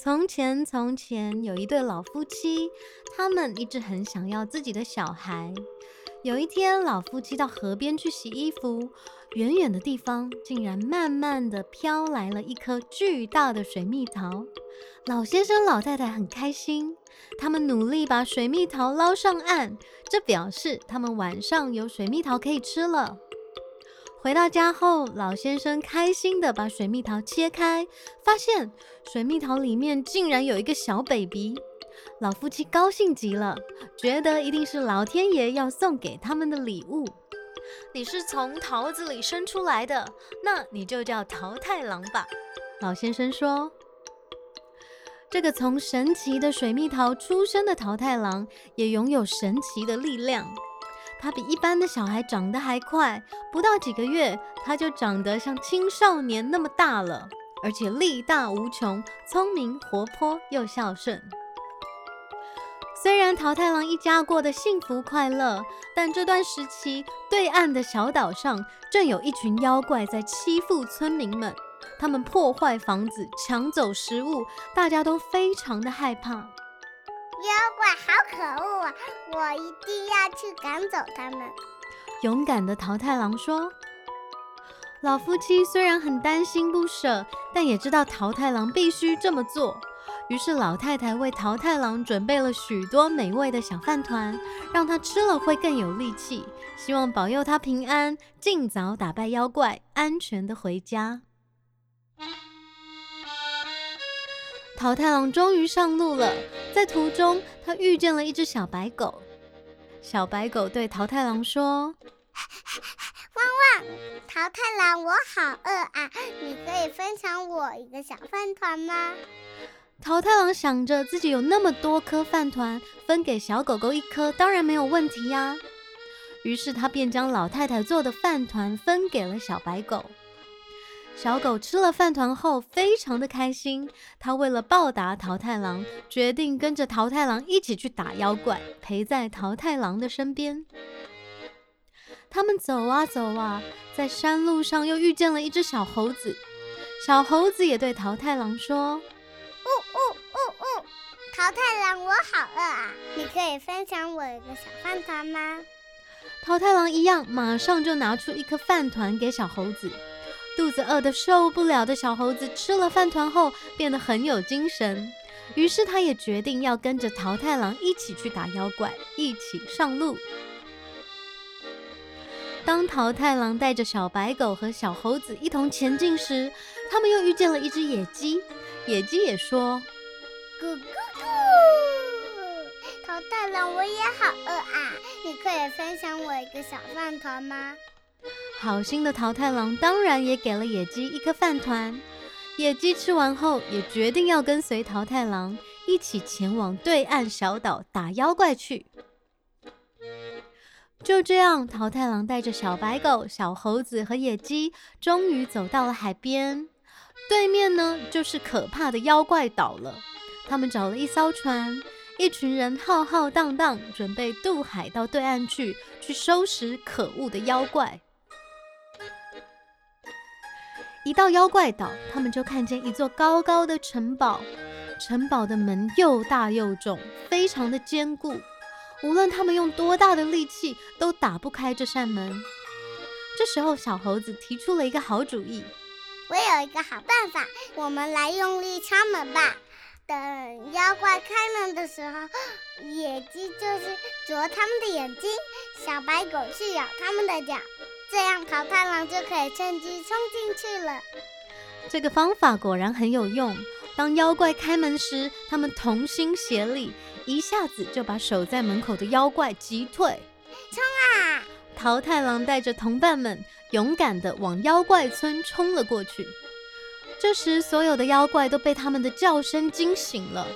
从前，从前有一对老夫妻，他们一直很想要自己的小孩。有一天，老夫妻到河边去洗衣服，远远的地方竟然慢慢地飘来了一颗巨大的水蜜桃。老先生、老太太很开心，他们努力把水蜜桃捞上岸，这表示他们晚上有水蜜桃可以吃了。回到家后，老先生开心地把水蜜桃切开，发现水蜜桃里面竟然有一个小 baby。老夫妻高兴极了，觉得一定是老天爷要送给他们的礼物。你是从桃子里生出来的，那你就叫桃太郎吧。老先生说，这个从神奇的水蜜桃出生的桃太郎也拥有神奇的力量。他比一般的小孩长得还快，不到几个月，他就长得像青少年那么大了，而且力大无穷，聪明活泼又孝顺。虽然桃太郎一家过得幸福快乐，但这段时期，对岸的小岛上正有一群妖怪在欺负村民们，他们破坏房子，抢走食物，大家都非常的害怕。 妖怪好可恶啊！我一定要去赶走他们。 勇敢的桃太郎说。老夫妻虽然很担心不舍，但也知道桃太郎必须这么做。于是老太太为桃太郎准备了许多美味的小饭团，让他吃了会更有力气，希望保佑他平安，尽早打败妖怪，安全的回家。桃太郎终于上路了，在途中他遇见了一只小白狗。小白狗对桃太郎说， 汪汪，桃太郎，我好饿啊，你可以分享我一个小饭团吗？ 桃太郎想着自己有那么多颗饭团，分给小狗狗一颗当然没有问题呀。于是他便将老太太做的饭团分给了小白狗。小狗吃了饭团后非常的开心，他为了报答桃太郎，决定跟着桃太郎一起去打妖怪，陪在桃太郎的身边。他们走啊走啊，在山路上又遇见了一只小猴子。小猴子也对桃太郎说， 桃太郎，我好饿啊，你可以分享我一个小饭团吗？ 桃太郎一样，马上就拿出一颗饭团给小猴子。肚子饿得受不了的小猴子吃了饭团后变得很有精神，于是他也决定要跟着桃太郎一起去打妖怪，一起上路。当桃太郎带着小白狗和小猴子一同前进时，他们又遇见了一只野鸡。野鸡也说， 咕咕咕，桃太郎，我也好饿啊，你可以分享我一个小饭团吗？ 好心的桃太郎当然也给了野鸡一颗饭团。野鸡吃完后也决定要跟随桃太郎一起前往对岸小岛打妖怪去。就这样，桃太郎带着小白狗、小猴子和野鸡终于走到了海边。对面呢，就是可怕的妖怪岛了。他们找了一艘船，一群人浩浩荡荡，准备渡海到对岸去收拾可恶的妖怪。一到妖怪岛，他们就看见一座高高的城堡，城堡的门又大又重，非常的坚固，无论他们用多大的力气都打不开这扇门。这时候小猴子提出了一个好主意， 我有一个好办法，我们来用力敲门吧，等妖怪开门的时候，野鸡就是啄他们的眼睛，小白狗去咬他们的脚，这样桃太郎就可以趁机冲进去了。 这个方法果然很有用。当妖怪开门时，他们同心协力，一下子就把守在门口的妖怪击退。 冲啊！ 桃太郎带着同伴们勇敢地往妖怪村冲了过去。这时，所有的妖怪都被他们的叫声惊醒了。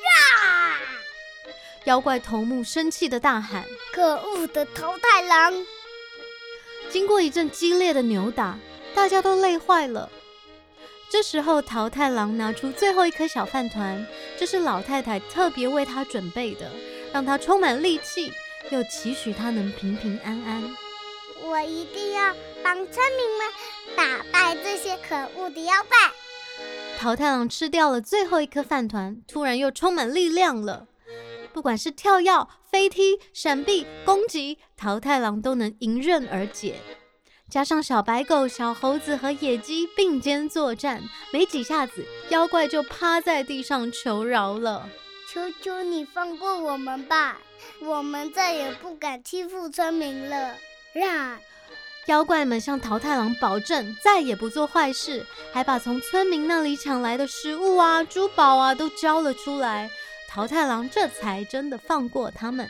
妖怪头目生气地大喊： 可恶的桃太郎！ 经过一阵激烈的扭打，大家都累坏了。这时候桃太郎拿出最后一颗小饭团，这是老太太特别为他准备的，让他充满力气，又期许他能平平安安。 我一定要帮村民们打败这些可恶的妖怪。 桃太郎吃掉了最后一颗饭团，突然又充满力量了。不管是跳跃、飞踢、闪避、攻击，桃太郎都能迎刃而解。加上小白狗、小猴子和野鸡并肩作战，没几下子，妖怪就趴在地上求饶了。 求求你放过我们吧，我们再也不敢欺负村民了。 妖怪们向桃太郎保证再也不做坏事，还把从村民那里抢来的食物啊、珠宝啊都交了出来。桃太郎这才真的放过他们。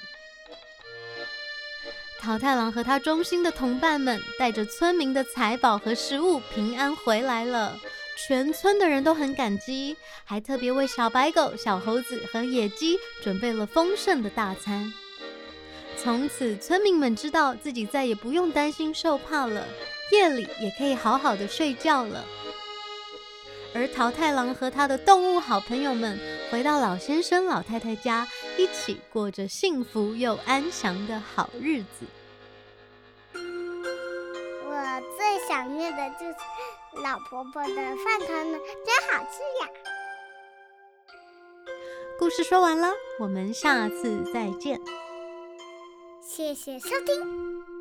桃太郎和他忠心的同伴们带着村民的财宝和食物平安回来了，全村的人都很感激，还特别为小白狗、小猴子和野鸡准备了丰盛的大餐。从此，村民们知道自己再也不用担心受怕了，夜里也可以好好的睡觉了。而桃太郎和他的动物好朋友们回到老先生、老太太家，一起过着幸福又安详的好日子。 我最想念的就是老婆婆的饭团了，真好吃呀！ 故事说完了，我们下次再见。 谢谢收听。